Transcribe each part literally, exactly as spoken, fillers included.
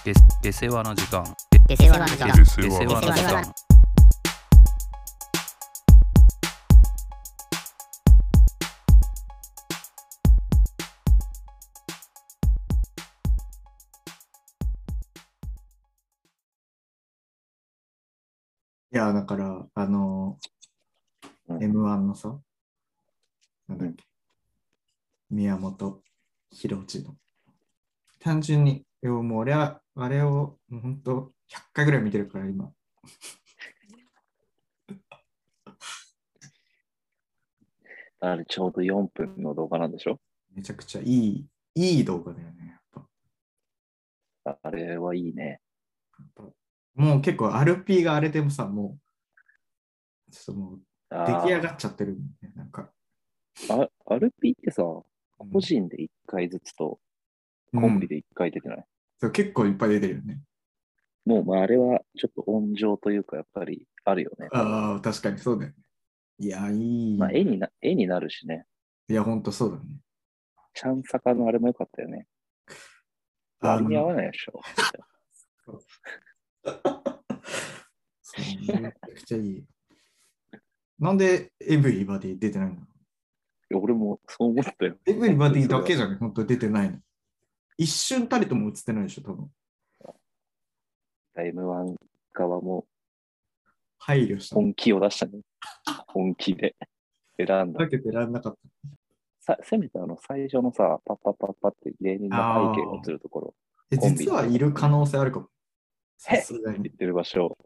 で出世話の時間出世話の時間出世話の時間いや、だから、あの、 うんエムワン のさ、なんだっけ、宮本浩次の。単純に、でももう俺は、あれを、もう本当、ひゃっかいぐらい見てるから、今。 あれちょうどよんぷんの動画なんでしょ？ めちゃくちゃいい、いい動画だよね、やっぱ。 あれはいいね。 やっぱもう結構 アールピー があれでもさ、もう、ちょっともう、出来上がっちゃってるんだよね、なんか。 あアルピーってさ、 うん個人でいっかいずつとうんコンビでいっかい出てない？ そう結構いっぱい出てるよね。 もう、まあ、あれはちょっと温情というか、やっぱりあるよね。 ああ、確かにそうだよね。いや、いい。 まあ、絵にな、絵になるしね。 いや、ほんとそうだね。 ちゃんさかのあれも良かったよね。 あ割に合わのないでしょ。 そうめちゃくちゃいい。なんでエブリバディ出てないの？ いや俺もそう思ったよ。 エブリバディだけじゃね、本当に出てないの。一瞬たりとも映ってないでしょ、多分。 エムワン 側も配慮したの。 本気を出したね。本気で選んだだ。けてらんなかっさせめてあの最初のさ、パッパッパッパって芸人の背景が映るところ、 た。え、 コンビ実はいる可能性あるかも。さすがに言っ。てる場所、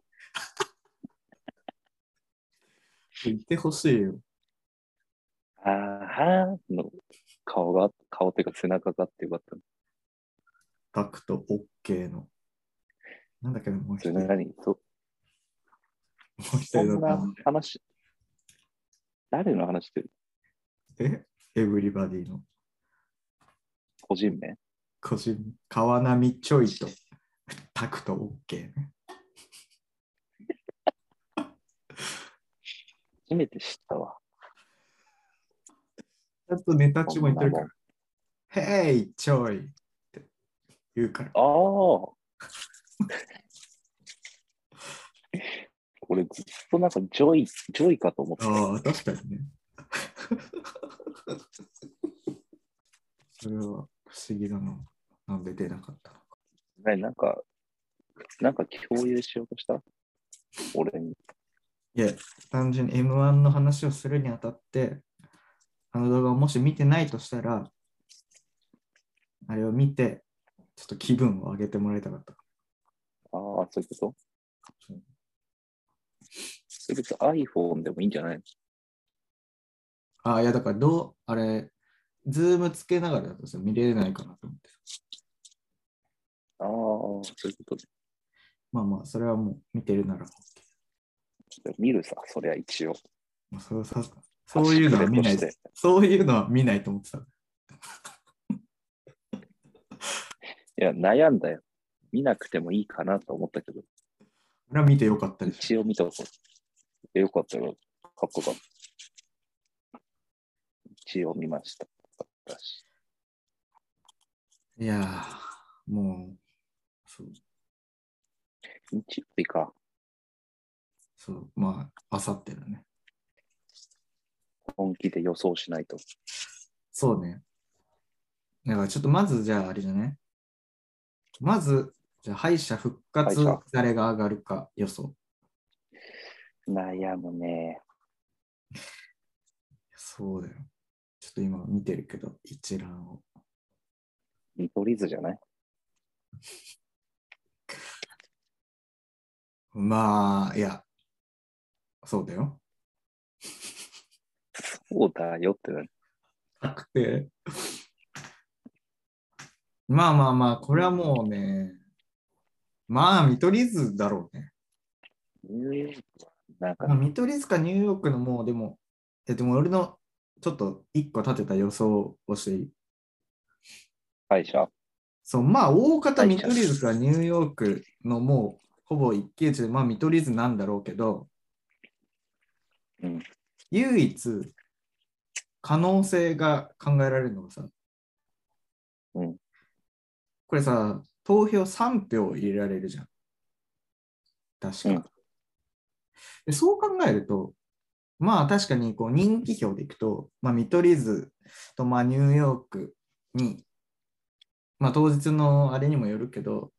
言ってほしいよ。 あーはーの顔が、顔っていうか背中があってよかった。 タクト OK の。なんだっけど、もう一そ人。もれ何そ、 う一そんな人だったの。 話、誰の話してる？ えエブリバディの個人名？ 個人、川波ちょいとタクト OK ね。 初めて知ったわ。 ちゃんとネタ中も言ってるかそんら。へい、ちょいって言うから。 ああ。俺ずっとなんかジョイ、ジョイかと思ってた。 ああ、確かにね。それは不思議だな。なんで出なかったのか。 何なんか、なんか共有しようとした俺に。 いや、単純に エムワン の話をするにあたって、あの動画をもし見てないとしたら、あれを見て、ちょっと気分を上げてもらいたかった。 ああ、そういうことそうそれ別に iPhone でもいいんじゃないの？ ああ、いや、だからどう、あれ、ズームつけながらだとさ、見れないかなと思って。 ああ、そういうことね。 まあまあ、それはもう見てるなら OK。 見るさ、そりゃ一応。 まあ、それはさそういうのは見ない端くれとして。 そういうのは見ないと思ってた。 いや、悩んだよ。見なくてもいいかなと思ったけど、 俺は見てよかったでしょ。 一応見たこと。よかったよ。かっこよかった。一応見ました。私いやー、もう、そう、 日曜日か。 そう、まあ、あさってだね。 本気で予想しないと。 そうね。だからちょっとまずじゃああれじゃね。まず、じゃあ敗者復活敗者誰が上がるか予想。 悩むね。 そうだよ。ちょっと今見てるけど、一覧を。 見取り図じゃない？ まあ、いや、そうだよ。 そうだよってなる。 確定。まあまあまあ、これはもうね、まあ、見取り図だろうね。 ニューヨークは、なんかまあ、見取り図かニューヨークのもう、でも、え、でも俺のちょっと一個立てた予想をしていい？ 敗者。 そう、まあ、大方見取り図かニューヨークのもう、ほぼ一騎打ちで、まあ、見取り図なんだろうけど、 うん。 唯一、可能性が考えられるのがさ、 うん。 これさ、 投票さん票入れられるじゃん。確か。 うんでそう考えると、まあ確かにこう人気票でいくと、まあ、見取り図とまあニューヨークに、まあ、当日のあれにもよるけど、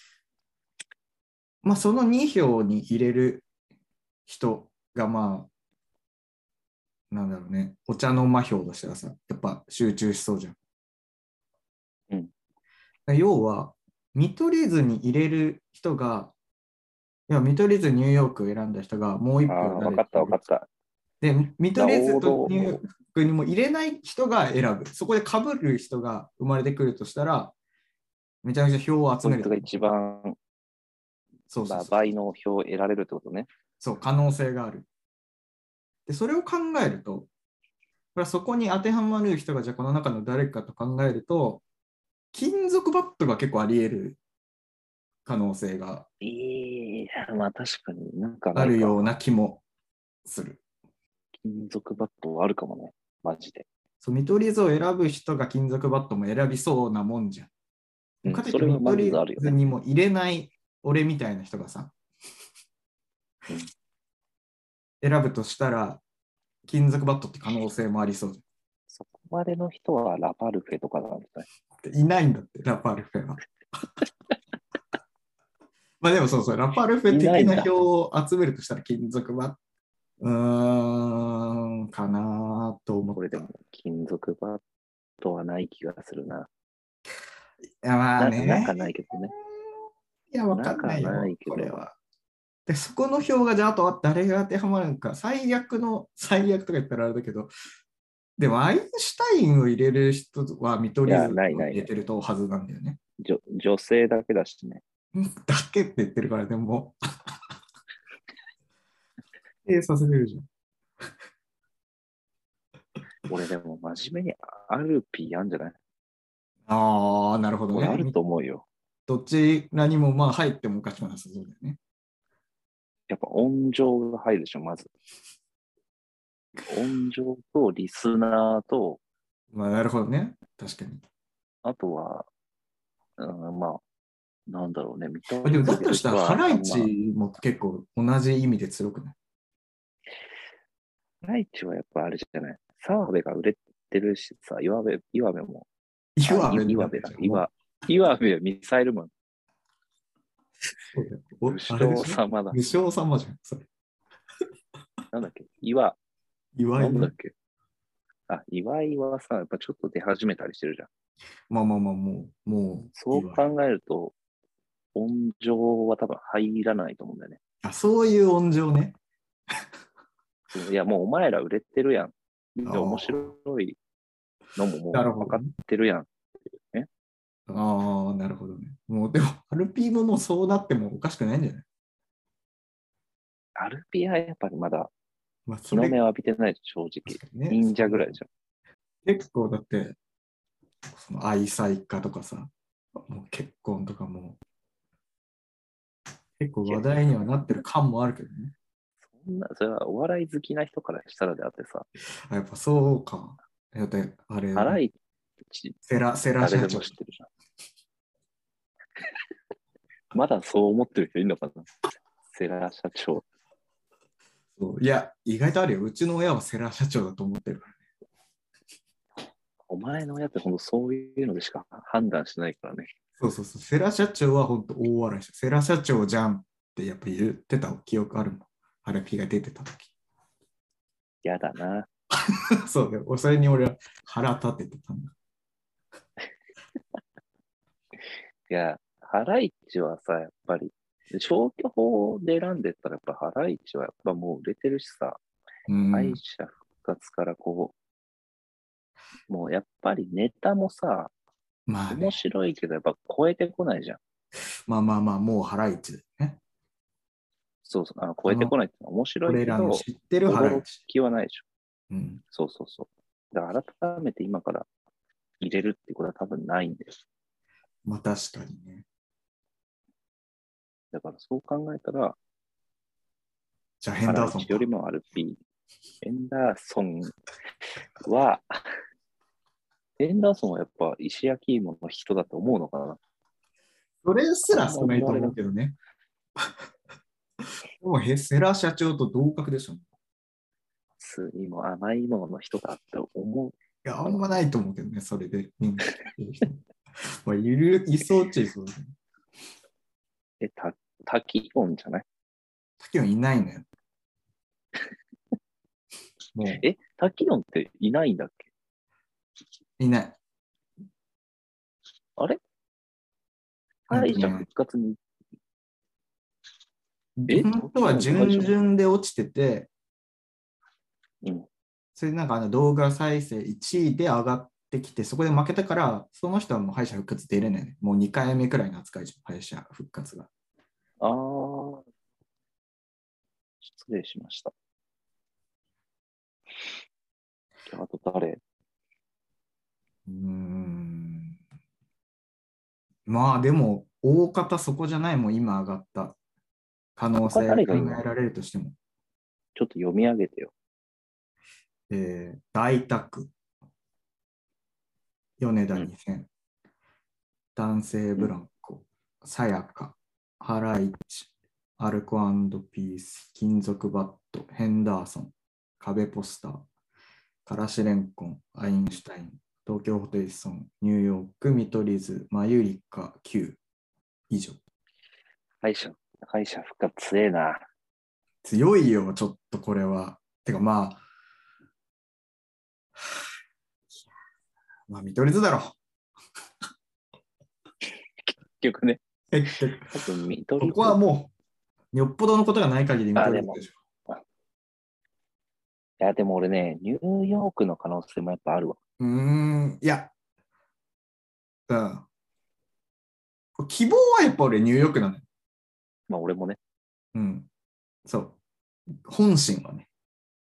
まあ、そのに票に入れる人がまあ、なんだろうね、お茶の間票としてはさ、やっぱ集中しそうじゃん。 うん要は、見取り図に入れる人が、いや、見取り図ニューヨークを選んだ人がもう一ああ、 票誰わかったわかった。 で、見取り図と王道ニューヨークにも入れない人が選ぶ。そこで被る人が生まれてくるとしたら、めちゃめちゃ票を集める。 こいつが一番、まあ、 そうそうそう。 倍の票を得られるってことね。 そう、可能性がある。で、それを考えると、これはそこに当てはまる人がじゃあこの中の誰かと考えると、金属バットが結構あり得る可能性がいや、まあ確かになんかなあいか。 るような気もする。 金属バットあるかもね。マジで。 そう、見取り図を選ぶ人が金属バットも選びそうなもんじゃん。 うんかといっそれはまて見取ずあるよね。 り図にも入れない俺みたいな人がさ、 うん選ぶとしたら、金属バットって可能性もありそうじそこまでの人はラパルフェとかなんですね。 ゃん。いないんだって、ラパルフェは。まあでもそうそう、ラパルフェ的な票を集めるとしたら金属バット、うーん、かなと思った。いこれでも金属バットはない気がするな。 や、まあなね。 なんかないけどね。 いや、わかんないよ、 なんかないけどこれは。で、そこの票がじゃあ、あとは誰が当てはまるのか、最悪の、最悪とか言ったらあれだけど、でもアインシュタインを入れる人は見取り図をいやないない入れてるとはずなんだよね。 女女性だけだしね。 だけって言ってるから、でも、えさせれるじゃん。 俺でも真面目にアルピーやんじゃない？ ああ、なるほど俺あるね。 と思うよ。 どちらにもまあ入ってもおかしくなさそうだよね。 やっぱ音情が入るでしょ、まず。音情とリスナーと、 まあ、なるほどね。確かに。 あとは、うん、まあ、なんだろうね、見たでも、だとしたら、ハライチも結構同じ意味で強くない？ ハライチはやっぱあれじゃない。澤部が売れてるしさ、岩部、岩部も、 岩部あい岩部だ、岩、岩部はミサイルマン。 お武将様だ。 武将様じゃん、それ。 なんだっけ岩、 岩井ね。 なんだっけあ、岩井はさ、やっぱちょっと出始めたりしてるじゃん。 まあまあまあ、もう、もう。 そう考えると、音情は多分入らないと思うんだよね。 あ、そういう音情ね。 いや、もうお前ら売れてるやん。で面白いのももう分かってるやん。ね、 ああ、なるほどね。もう、でも、アルピーももうそうなってもおかしくないんじゃない？ アルピーはやっぱりまだ、 まあ、 日の目を浴びてないと正直。ね、忍者ぐらいじゃん。 結構だって、その愛妻家とかさ、もう結婚とかも、結構話題にはなってる感もあるけどね。 そんな、それはお笑い好きな人からしたらであってさ。 あ、やっぱそうか。だって、あれ、 ハライチ、 セラ、セラ社長。 誰でも知ってるじゃん。まだそう思ってる人いるのかな？セラ社長。 そういや、意外とあるよ。うちの親はセラ社長だと思ってるからね。 お前の親って本当そういうのでしか判断しないからね。 そうそうそう。セラ社長は本当大笑いした。セラ社長じゃんってやっぱ言ってた記憶あるもん。ハラピが出てた時。 やだな。 そうだよ。それに俺は腹立ててたんだ。 いや、ハライチはさ、やっぱり、消去法で選んでったら、やっぱハライチはやっぱもう売れてるしさ、 うん、 敗者復活からこう、もうやっぱりネタもさ、 まあね、 面白いけど、やっぱ超えてこないじゃん。 まあまあまあ、もうハライチだよね。 そうそう、あの超えてこないってのは面白い俺けど、 らの知ってるハライ驚チ。 きはないでしょ。 うん、 そうそうそう。だから改めて今から入れるってことは多分ないんです。 まあ確かにね。 だからそう考えたら、 じゃあヘンダーソンハライチよりもアルピー。ヘンダーソンは、ヘンダーソンはやっぱ石焼き芋の人だと思うのかな？ それすら少ないと思うけどね。もうヘセラ社長と同格でしょ。い普通にも甘いものの人だって思う。 や、あんまないと思うけどね、それで人気っていう人。まあ、いる、いそうっちゃいそうですね。 え、た、タキオンじゃない？ タキオンいないのよ。もう、 え、タキオンっていないんだっけ？ いない。 あれ本当敗者ね。 復活に。え本当は準々で落ちてて、 うん。 それでなんかあの動画再生いちいで上がってきて、そこで負けたから、その人はもう敗者復活出れないね。もうにかいめくらいの扱いじゃん、敗者復活が。 ああ、失礼しました。じゃあ、あと誰？ うーん。まあでも、大方そこじゃないもん、今上がった可能性他誰がいいの？ 考えられるとしても。 ちょっと読み上げてよ。 えー、大田区、米田にせん、男性ブランコ、さやか、ハライチ、アルコ&ピース、金属バット、ヘンダーソン、壁ポスター、からしれんこん、アインシュタイン、東京ホテイソン、ニューヨーク、見取り図、マユリカ、Q 以上。 敗者、敗者復活強えな。 強いよ、ちょっとこれは。てかまあ、まあ見取り図だろ。 結局ね。 結局。 多分見取り図。 ここはもう、よっぽどのことがない限り見あ、でも。い取り図でしょ。 や、でも俺ね、ニューヨークの可能性もやっぱあるわ。 うーん、いや、うん。希望はやっぱ俺ニューヨークなのよ。 まあ俺もね。 うん。そう。本心はね。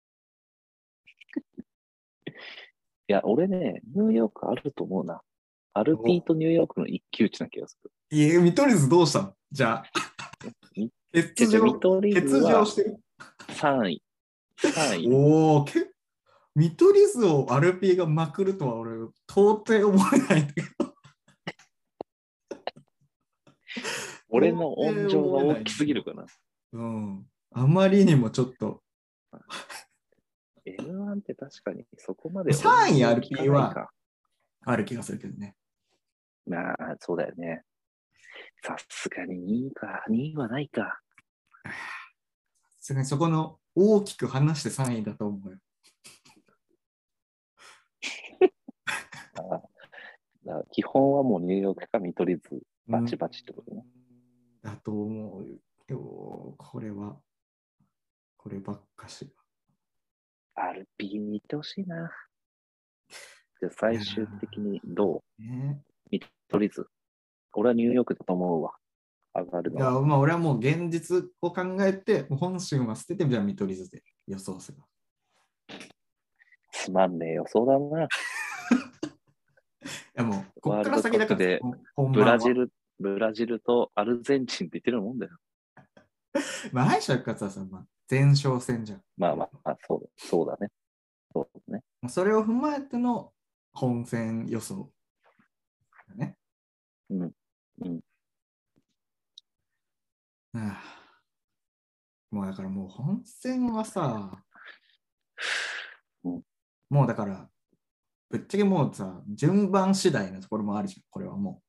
いや、俺ね、ニューヨークあると思うな。アルピーとニューヨークの一騎打ちな気がする。 いや、見取り図どうしたのじゃあ。欠場、 見取り図欠場はしてる。 さんい。さんい。 おお、け見取り図をアルピーがまくるとは俺、到底思えないんだけど。 俺の温情が大きすぎるかな。 うん。あまりにもちょっと。 エムワン って確かにそこまでさんいアルピ聞かーはないか。 ある気がするけどね。 まあ、そうだよね。さすがににいか。にいはないか。 さすがにそこの大きく話してさんいだと思うよ。 あだから基本はもうニューヨークか見取り図バチバチってことね。 だと思うよ。これは、こればっかし。 アルピーに行ってほしいな。じゃあ最終的にどう？ ね、 見取り図。俺はニューヨークだと思うわ。上がるのは。 いや、まあ俺はもう現実を考えて、もう本心は捨てて、じゃあ見取り図で予想する。 つまんねえ予想だな。 いやもう、こっからワールドカ先だからップでブラジル、ブラジルとアルゼンチンって言ってるもんだよ。 まあ、敗者復活はさ、まあ、前哨戦じゃん。 まあまあ、あそうだ、そうだね。そうだね。 それを踏まえての本戦予想だね。 うん。うん。 はあ、もうだからもう本戦はさ、 うん、 もうだから、ぶっちゃけもうさ、順番次第なところもあるじゃん、これはも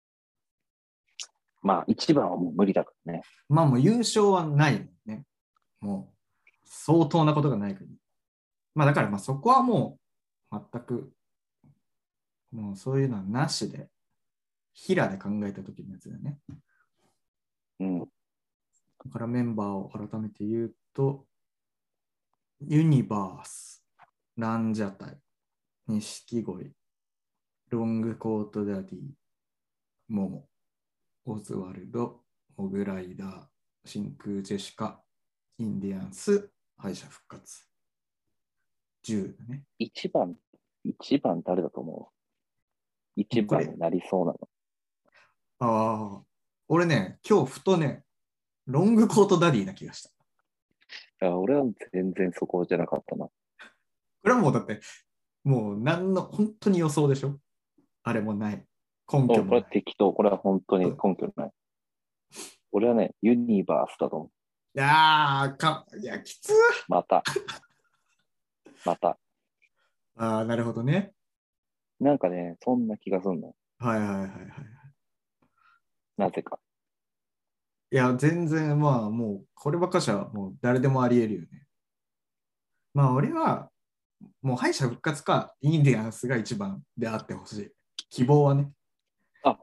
まあ、一番はもう無理だからね。 う。まあもう優勝はないもんね。もう、相当なことがない限り。まあだからまあそこはもう、全く、もうそういうのはなしで、平で考えた時のやつだよね。 うん。 だからメンバーを改めて言うと、ユニバース、ランジャタイ、錦鯉、ロングコートダディ、モモ、オズワルド、モグライダー、真空ジェシカ、インディアンス、敗者復活。じゅうだね。 一番、一番誰だと思う？一番になりそうなの。 ああ、俺ね、今日ふとね、ロングコートダディな気がした。 あ、俺は全然そこじゃなかったな。 これはもうだって、もう何の、本当に予想でしょ？あれもない。 根拠うん、これはもない。 適当。これは本当に根拠ない。俺はね、ユニバースだと思う。 いやーか、いや、きつー。 また。また。 ああ、なるほどね。 なんかね、そんな気がすんの。 はいはいはいはい。 なぜか。 いや、全然、まあ、もう、こればっかしは、もう、誰でもあり得るよね。まあ、俺は、もう敗者復活か、インディアンスが一番であってほしい。希望はね。 あ、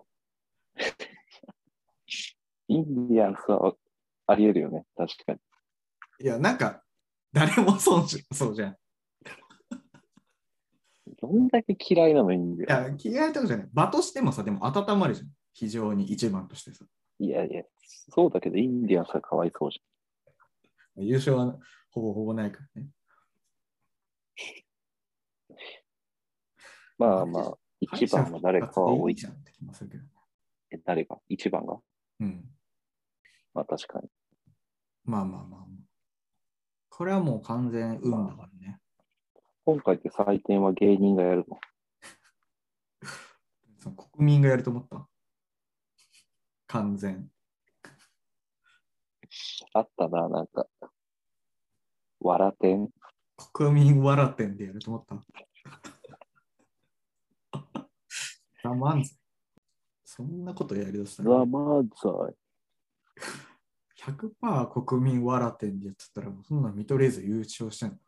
インディアンスはあり得るよね。確かに。 いや、なんか、誰もそうじゃそうじゃん。いどんだけ嫌いなのインディアンや、嫌いとかじゃない。場としてもさ、でも温まるじゃん。非常に一番としてさ。 ス。いやいや、そうだけど、インディアンスはかわいそうじ優勝はほぼほぼないからね。 ゃん。まあまあ、一番は誰かは置いて、 いいじゃんって気もするけど。 え誰が一番がうん。 まあ確かに。 まあまあまあまあ。これはもう完全運だからね。 今回って採点は芸人がやるの。 その国民がやると思った完全。 あったな、なんか、わらてん。 国民わらてんでやると思ったザ・漫才。そんなことやりだしたザ・ら漫才。 ひゃくパーセント 国民わらてんでやってたら、そんな見取り図優勝してんの。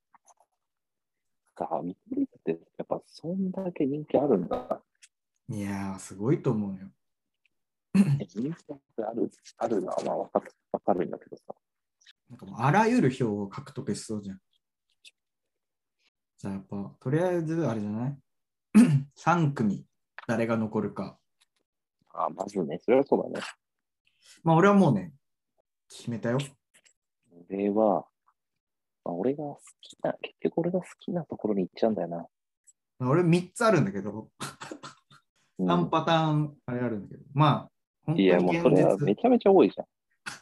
さあ、見取り図ってやっぱそんだけ人気あるんだ。 いやー、すごいと思うよ。 え人気ってある、あるのはまあわかるわかるんだけどさ。 なんかもうあらゆる票を獲得しそうじゃん。じゃあやっぱ、とりあえずあれじゃない ?さん 組、誰が残るか。 あまずね、それはそうだね。 まあ俺はもうね、決めたよ。 俺は、まあ、俺が好きな、結局俺が好きなところに行っちゃうんだよな。 まあ俺みっつあるんだけど、 うん、 さんパターンあれあるんだけど、まあ、本いや、 当にもうそれは現実、 めちゃめちゃ多いじゃん。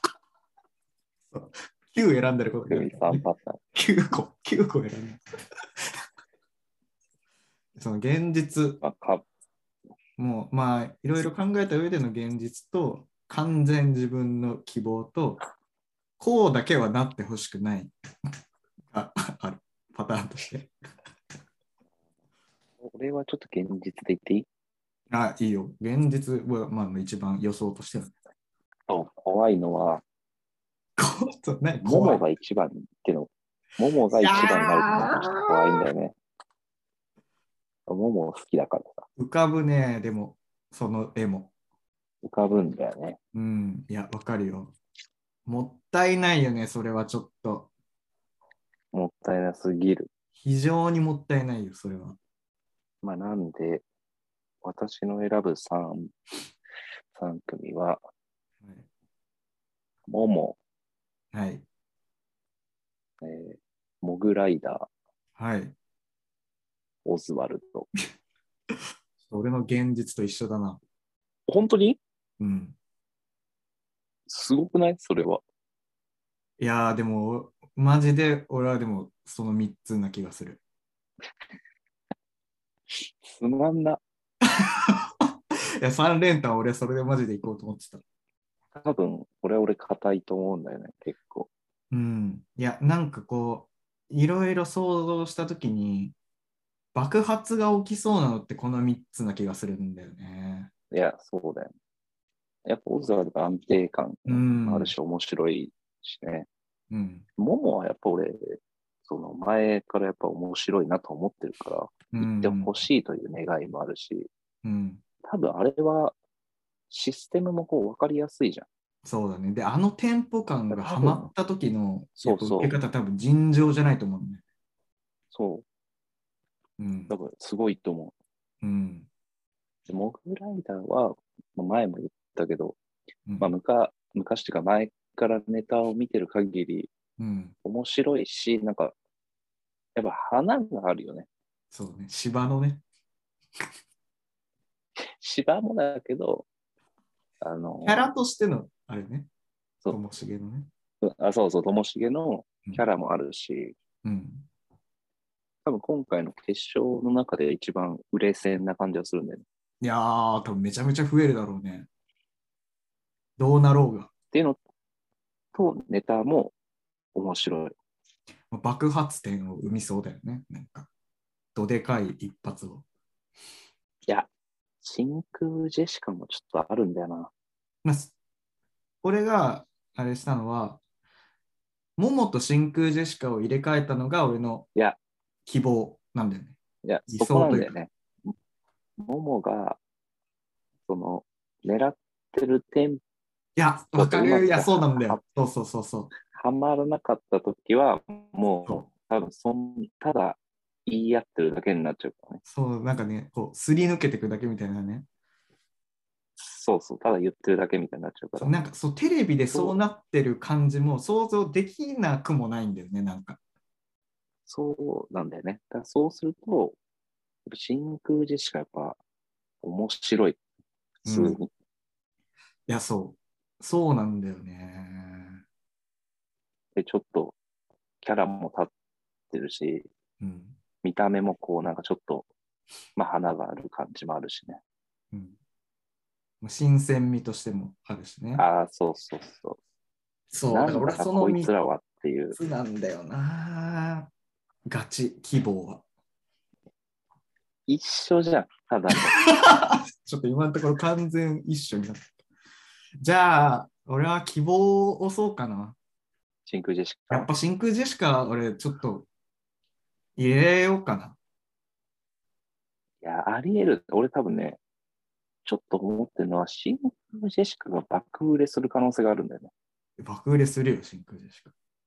きゅう選んでることになるからさんね。 パターン。 きゅうこ、きゅうこ選んでる。その現実、 まあ、かもうまあ、いろいろ考えた上での現実と、完全自分の希望と、こうだけはなってほしくないがあるパターンとして。 俺はちょっと現実で言っていいあ、いいよ。現実は、まあ、一番予想としては。 と怖いのは、 こう何モモ怖い。 が一番っていうの、モモが一番になるとなんかちょっと怖いんだよね。モモ好きだからさ、 浮かぶね、でも、その絵も。 浮かぶんだよね。 うん、いや、わかるよ。もったいないよね、それはちょっと。 もったいなすぎる。 非常にもったいないよ、それは。 まあなんで、私の選ぶさん、三組は、モモ、 はい。はい。 えーモグライダー、 はい、 オズワルド。 俺の現実と一緒だな。 本当にうん。 すごくないそれは。 いやー、でも、マジで、俺はでも、そのみっつな気がする。 つまんな。 いや、さん連単俺はそれでマジでいこうと思ってた。 多分、これは俺硬いと思うんだよね、結構。 うん。いや、なんかこう、いろいろ想像したときに、爆発が起きそうなのってこのみっつな気がするんだよね。 いや、そうだよね。やっぱオズワルド安定感うん。 あるし、面白いしね。 うん。 モモはやっぱ俺、その前からやっぱ面白いなと思ってるから、 う行ってん。 ほしいという願いもあるし、 うん。 多分あれはシステムもこう分かりやすいじゃん。 そうだね。で、あのテンポ感がハマった時の、やっぱ受けそうそう、 方多分尋常じゃないと思うんだよね。 そう、 うん。 多分すごいと思うん。 う。でモグライダーは、まあ前も言ったけど、 うん。 まあ、むか昔っていうか前からネタを見てる限りうん。 面白いし、なんか、やっぱ花があるよね。 そうね。芝のね。 芝もだけど、あの、 キャラとしての、あれね。 そうともしげのね。 あそうそう、ともしげのキャラもあるし、 うん。 多分今回の決勝の中で一番売れ線な感じはするんだよね。 いやー、多分めちゃめちゃ増えるだろうね。どうなろうが。 っていうのと、ネタも面白い。 爆発点を生みそうだよね。なんか、どでかい一発を。 いや、真空ジェシカもちょっとあるんだよな。 まあ、俺があれしたのは、モモと真空ジェシカを入れ替えたのが俺のいや、 希望なんだよね。 いや、 理そこ想というか。 なんだよね。ももが、その、狙ってるテンいや、 ポとうまくわかる。いや、そうなんだはよ。そうそうそうそう。 はまらなかったときは、 そもう、多分そん、ただ言い合ってるだけになっちゃうからね。 そう、なんかね、こう、すり抜けていくだけみたいなね。 そうそう、ただ言ってるだけみたいになっちゃうかそうら。 なんかそう、テレビでそうそうなってる感じも想像できなくもないんだよね、なんか。 そうなんだよね。だからそうすると、真空ジェシカやっぱ面白い。普通に。 うん、いや、そう。そうなんだよね。 で、ちょっとキャラも立ってるし、 うん。 見た目もこうなんかちょっと、まあ花がある感じもあるしね。 うんまあ新鮮味としてもあるしね。 ああ、そうそうそう。 そう、だから俺はなんだな、 その3 こいつらはっていう。 つなんだよな。ガチ希望は。 一緒じゃん、ただの。 ちょっと今のところ完全一緒になった。じゃあ、俺は希望を押そうかな。 真空ジェシカ。 やっぱ真空ジェシカ、俺ちょっと入れようかな。 いや、あり得る。俺多分ね、ちょっと思ってるのは、真空ジェシカが爆売れする可能性があるんだよね。 爆売れするよ、真空ジェシカ。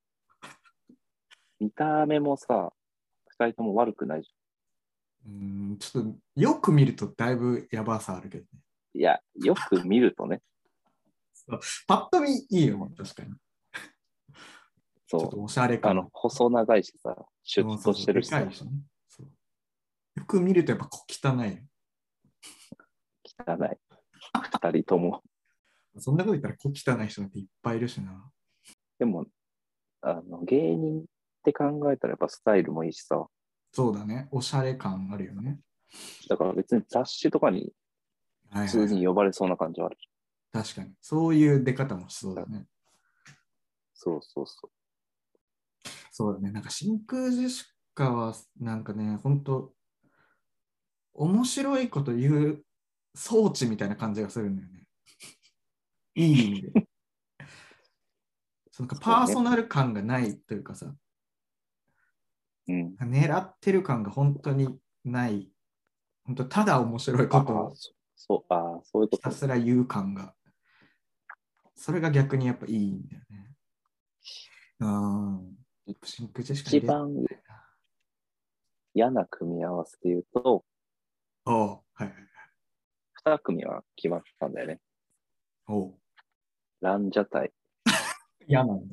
見た目もさ、二人とも悪くないじうーん、ちょっとよく見るとだいぶやばさあるけどね。 ゃん。いや、よく見るとね、 パッと見いいよね、確かに。ちょっとそう、 おしゃれ感。 あの、細長いしさ、シュッとしてるしさそうそうでかい、しねそうよく見るとやっぱ小汚いよ。 汚い。二人とも。 そんなこと言ったら小汚い人なんていっぱいいるしな。 でも、あの、芸人って考えたらやっぱスタイルもいいしさ、 そうだね。おしゃれ感あるよね。 だから別に雑誌とかに普はいはいはい、 通に呼ばれそうな感じはある。 確かに。そういう出方もしそうだね。 そうそうそそうだね。なんか真空ジェシカはなんかね、本当面白いこと言う装置みたいな感じがするんだよね。いい意味で。そのパーソナル感がないというかさ、 う。うん。 狙ってる感が本当にない。本当ただ面白いああことを、 そそう、ああ、そういうこひたと。 すら言う感が。それが逆にやっぱいいんだよね。うん。真空ジェシカ入れ一番嫌な組み合わせで言うと、 おうはいはい。 二組は決まったんだよね。 おうランジャタイ。 嫌なんだ。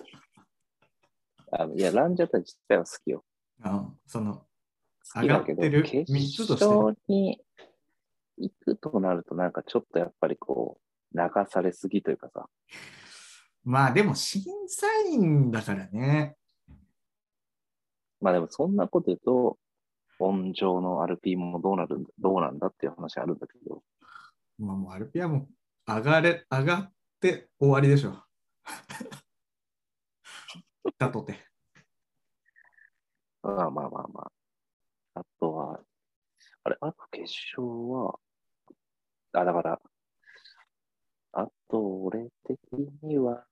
あのいや、ランジャタイ自体は好きよ。 あその、 好きだけど、 上がってる決みっつとして勝に行くとなると、なんかちょっとやっぱりこう、流されすぎというかさ。 まあでも審査員だからね。 まあでもそんなこと言うと、音上の アールピー もどうなるんだ、どうなんだっていう話あるんだけど。 まあもうアルピアも上がれ、上がって終わりでしょ。だとて。 まあまあまあまあ。あとは、あれ、あと決勝は、あ、だから、あと俺的には、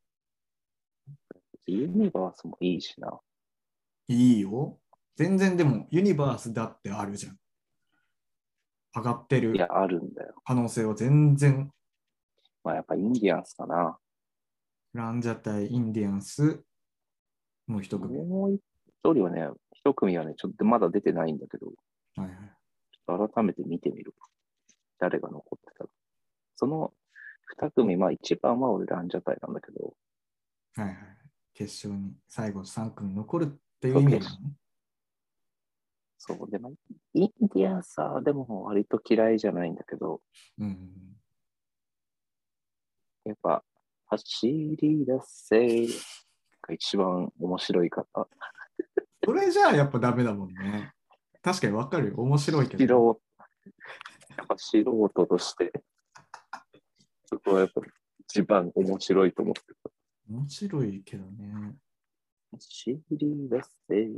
ユニバースもいいしな。 いいよ。全然でもユニバースだってあるじゃん。上がってるいや、あるんだよ。 可能性は全然。 まあやっぱインディアンスかな。 ランジャタイ、インディアンスの一組。 もう一人はね、一組はね、ちょっとまだ出てないんだけど、 はいはい。 ちょっと改めて見てみる。誰が残ってたか。その二組、まあ一番は俺ランジャタイなんだけど、 はいはい。決勝に最後さん組残るっていうそう意味でね。 そう、でも、インディアンスはでも割と嫌いじゃないんだけど、 うん。 やっぱ、走り出せが一番面白いかな。 それじゃあやっぱダメだもんね。確かにわかるよ。面白いけど。 白、やっぱ素人として、そこはやっぱ一番面白いと思ってる。 面白いけどね。 知り出せ。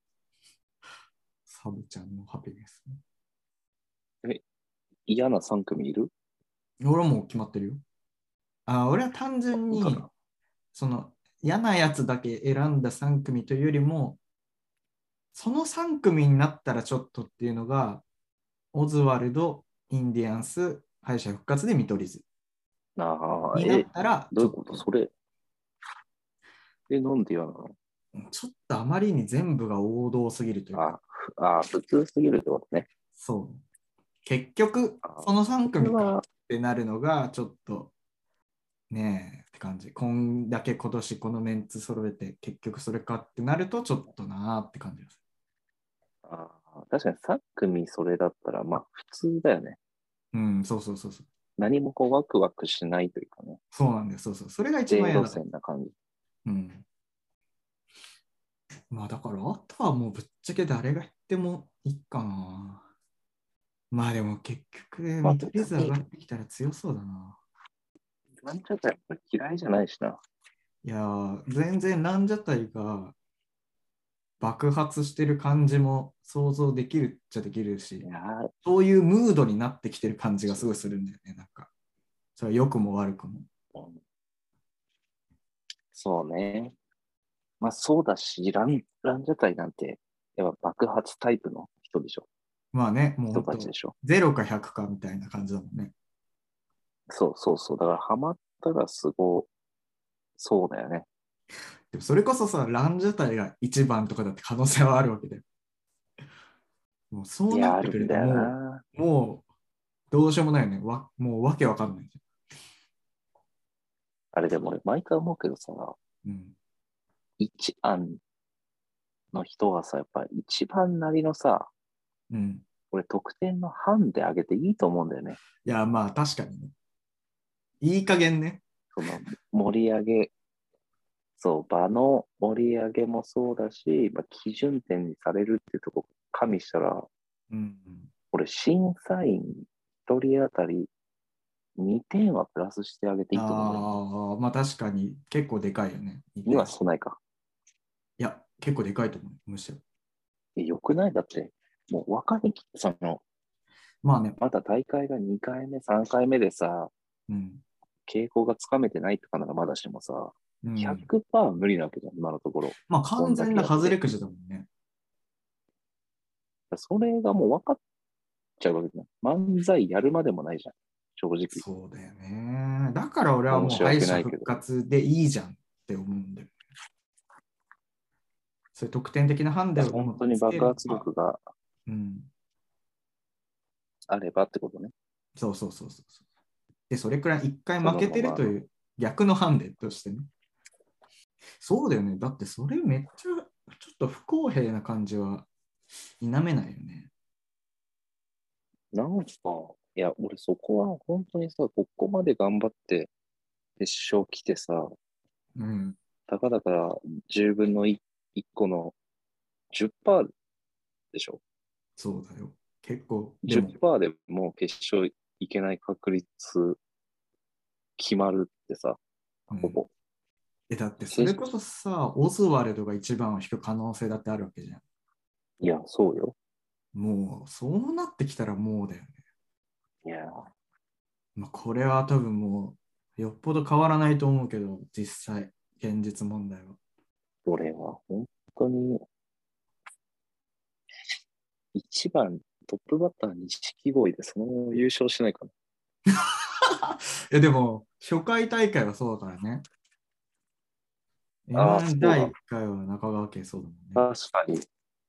サブちゃんのハピネス。 え、嫌なさん組いる？ 俺はもう決まってるよ。あ、俺は単純に本当だ、 その嫌なやつだけ選んださん組というよりも、そのさん組になったらちょっとっていうのが、オズワルド、インディアンス、敗者復活で見取り図ああ、 になっえ、 たら、 どういうことちょっそれ。え、なんで嫌なの？ とちょっとあまりに全部が王道すぎるというか、 ああ、普通すぎるってことね。 そう。結局、 あそのさん組かそれはってなるのが、ちょっとねえって感じ。こんだけ今年このメンツ揃えて、結局それかってなると、ちょっとなーって感じです。 あー確かにさん組それだったら、まあ普通だよね。 うん、そうそうそうそう。 何もこうワクワクしないというかね。 そうなんだよ、そうそう。それが一番低路嫌だ。 線な感じ。 うん。まあだから、あとはもうぶっちゃけ誰が言ってもいいかな。まあでも結局、 まあ見取り図上がってきたら強そうだな。 なんちゃったやっぱり嫌いじゃないしな。 いやー、全然ランジャタイが爆発してる感じも想像できるっちゃできるし、 いやそういうムードになってきてる感じがすごいするんだよね、なんか。それは良くも悪くも。 ー、うんそうね。まあそうだし、ラン、ランジャタイなんて、やっぱ爆発タイプの人でしょ。 まあね、もう人本当、 たちでしょ。 ゼロかひゃくかみたいな感じだもんね。 そうそうそう。だからハマったらすごそうだよね。 でもそれこそさ、ランジャタイがいちばんとかだって可能性はあるわけで。もうそういや、 なってくるとあるんだよもな。 う、もうどうしようもないよね。わもうわけわかんないじあれでも俺、毎回思うけどさ、 ゃん。うん。 一案の人はさ、やっぱ一番なりのさ、 うん。 俺得点の半で上げていいと思うんだよね。 いや、まあ確かにね。いい加減ね。 その盛り上げ、そう、場の盛り上げもそうだし、まあ、基準点にされるっていうとこ加味したら、 うん。 俺、審査員一人当たりにてんはプラスしてあげていいと思うんだよね。 ああ、まあ確かに結構でかいよね。にてんには少ないか。 いや、結構でかいと思う。むしろ。 えよくないだって、もう分かりきって、その、 まあね。 まだ大会がにかいめ、さんかいめでさ、 うん。 傾向がつかめてないとかならまだしもさ、 うん、 ひゃくパーセント無理なわけじゃん、今のところ。 まあこんだ完全なけやって。 外れくじだもんね。 それがもう分かっちゃうわけじゃん。漫才やるまでもないじゃん、正直。 そうだよね。だから俺はもう申し敗者復訳ないけど。 活でいいじゃんって思うんだよね。そういう得点的なハンデを本当に爆発力がうん。 あればってことね。 そうそうそうそう。で、それくらい一回負けてるとそのままいう逆のハンデとしてね。そうだよね。だってそれめっちゃちょっと不公平な感じは否めないよね。 なんか、いや、俺そこは本当にさ、ここまで頑張って決勝来てさ、 うん。 たかだかじゅうぶんのいっこのじゅっパーセントでしょ？ そうだよ。結構、でも、 じゅっパーセント でもう決勝いけない確率決まるってさ、 うんほぼ。 え、だってそれこそさ、オズワルドが一番を引く可能性だってあるわけじゃん。 いや、そうよ。 もう、そうなってきたらもうだよね。 いや、 まあ、これは多分もう、よっぽど変わらないと思うけど、実際、現実問題は。 俺は本当に一番トップバッター錦鯉でその優勝しないかな。 え、でも、初回大会はそうだからね。 ああ、 エムワンそうだ第いっかいは中川家そうだもんね。 確かに。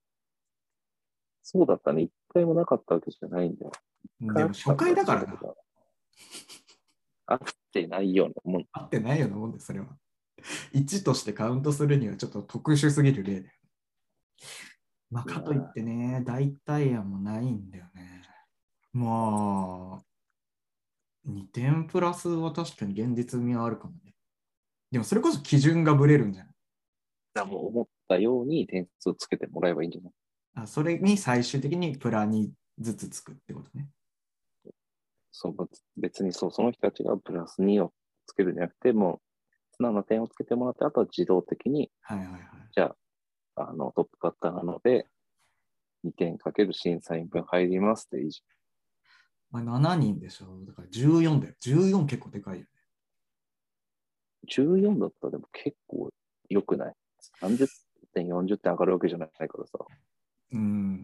そうだったね。一回もなかったわけじゃないんだよ。 でも初回だからな。 合ってないようなもん。 合ってないようなもんで、それは。いちとしてカウントするにはちょっと特殊すぎる例だよ。まあ、かといってね、代替案もないんだよね。まあ、にてんプラスは確かに現実味はあるかもね。でもそれこそ基準がぶれるんじゃない？ だもう思ったように点数つけてもらえばいいんじゃない？ あ、それに最終的にプラにずつつくってことね。 そう別にそう、その人たちがプラスにをつけるんじゃなくて、もう、素直な点をつけてもらって、あとは自動的に、 はいはいはい。 じゃあ、あの、トップバッターなので、にてんかける審査員分入りますっていいじまあ、しちにんでしょ。だからじゅうよんだよ。じゅうよん結構でかいよね。 ゃん。じゅうよんだったらでも結構良くない？ さんじゅってん、よんじゅってん上がるわけじゃないからさ。 うん。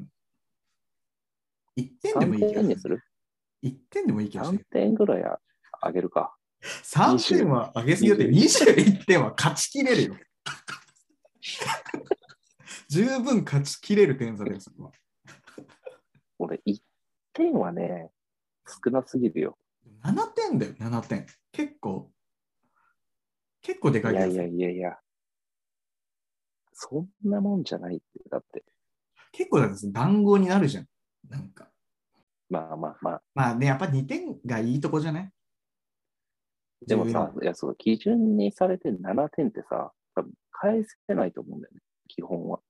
いってんでも 3 いい気がする。 点にする？ いってんでもいい気がす ?さんる。 点ぐらい上げるか。 さんてんは上げすぎだってにじゅういってんは勝ちきれるよ。十分勝ちきれる点差だよ、そこは。 俺、いってんはね、少なすぎるよ。 ななてんだよ、ななてん。結構、結構でいやいやかい気がする。 いやいや。そんなもんじゃないって、だって。 結構だって談合になるじゃん。なんか。 まあまあまあ。 まあね、やっぱにてんがいいとこじゃない？ でもさ、いや、そう、基準にされてななてんってさ、多分返せないと思うんだよね、基本は。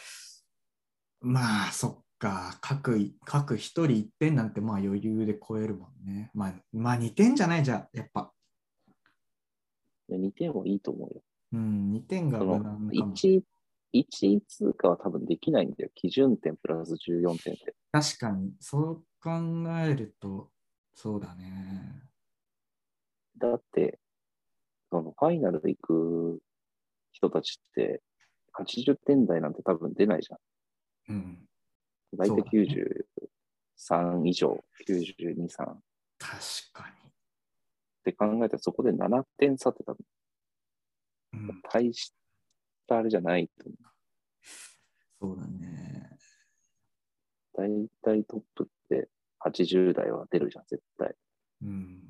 まあ、そっか。各い、各一人いってんなんてまあ余裕で超えるもんね。まあ、まあにてんじゃないじゃん、やっぱ。 いやにてんはいいと思うよ。 うん、にてんがその無難かも。 いち、いちい通過は多分できないんだよ。基準点プラスじゅうよんてんって。 確かに、そう考えると、そうだね。 だって、そのファイナルで行く人たちってはちじゅってん台なんて多分出ないじゃん。 うん。 大体そうだねきゅうじゅうさん以上、きゅうじゅうに、さんっ確かて考えたらそこでななてん差って多分に。うん、 大したあれじゃないと思う。 そうだね。 大体トップってはちじゅう代は出るじゃん、絶対。 うん。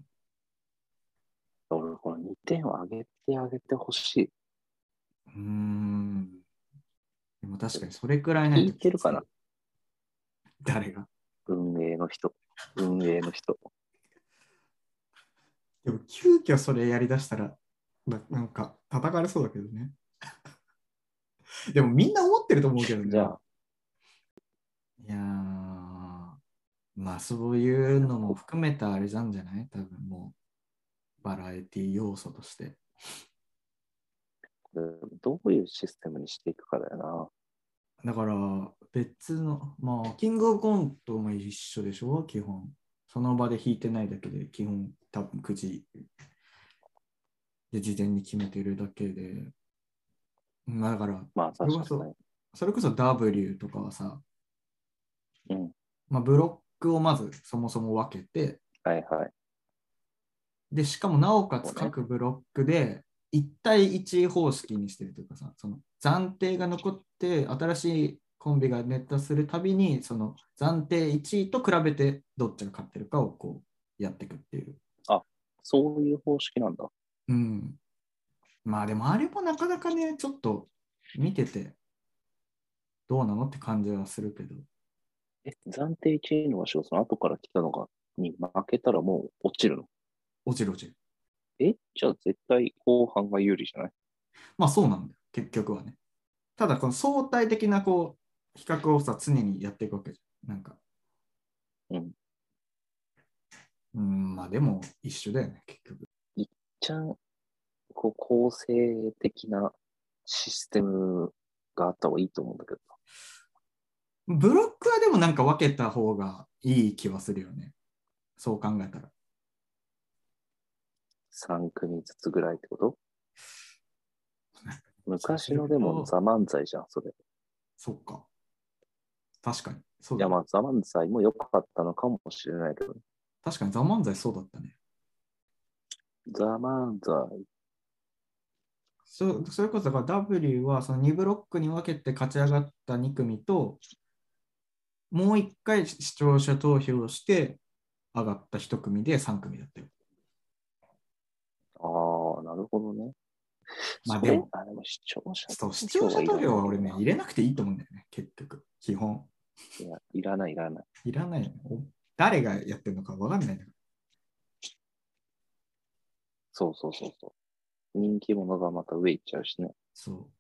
俺、このにてんを上げてあげてほしい。 うーん。でも確かにそれくらいないと聞いてるかな？ 誰が。 運営の人。運営の人。 でも急遽それやりだしたら、ななんか叩かれそうだけどね。でもみんな思ってると思うけどね。 じゃあ、 いやー、まあそういうのも含めたあれなんじゃない？多分もうバラエティ要素として。 どういうシステムにしていくかだよな。 だから別の、まあキングオブコントも一緒でしょ、基本。その場で弾いてないだけで、基本多分くじで事前に決めてるだけで。まあだから、 まあそれこ確かにそ、それこそ ダブリュー とかはさ、 ね。うん。 まあ、ブロックをまずそもそも分けて、 はいはい。 で、しかもなおかつそうね。 各ブロックでいち対いち方式にしてるというかさ、その暫定が残って新しいコンビがネタするたびに、その暫定いちいと比べてどっちが勝ってるかをこうやっていくっていう。 あ、そういう方式なんだ。 うん。まあでもあれもなかなかね、ちょっと見ててどうなのって感じはするけど。 え、暫定いちいの場所がその後から来たのが、に負けたらもう落ちるの？ 落ちる落ちる。 え、じゃあ絶対後半が有利じゃない？ まあそうなんだよ、結局はね。ただこの相対的なこう比較をさ、常にやっていくわけじゃん。なんか。 うん。 うん、まあでも一緒だよね、結局。 いっちゃん、こう、構成的なシステムがあった方がいいと思うんだけど。 ブロックはでもなんか分けた方がいい気はするよね。そう考えたら。 さん組ずつぐらいってこと？昔のそうするとでもザ・漫才じゃん、それ。いそっか。確かに。そうだや、 ね。 まあ、ザ・漫才も良かったのかもしれないけど、 確かにザ・漫才そうだったね。 ザ・漫才、 そそれこそだから ダブリュー はそのにブロックに分けて勝ち上がったに組と、もういっかい視聴者投票して上がったいち組でさん組だったよ。 ああ、なるほどね。そまあでも、 れあ、でも視聴者そう、視投聴者投票はいらない票は俺ね、入れなくていいと思うんだよね、結局。基本。 いや、いらない、いらない。 いらないよね。お誰がやってるのか分かんないんだから。 そうそうそうそう。人気者がまた上行っちゃうしね。 そう。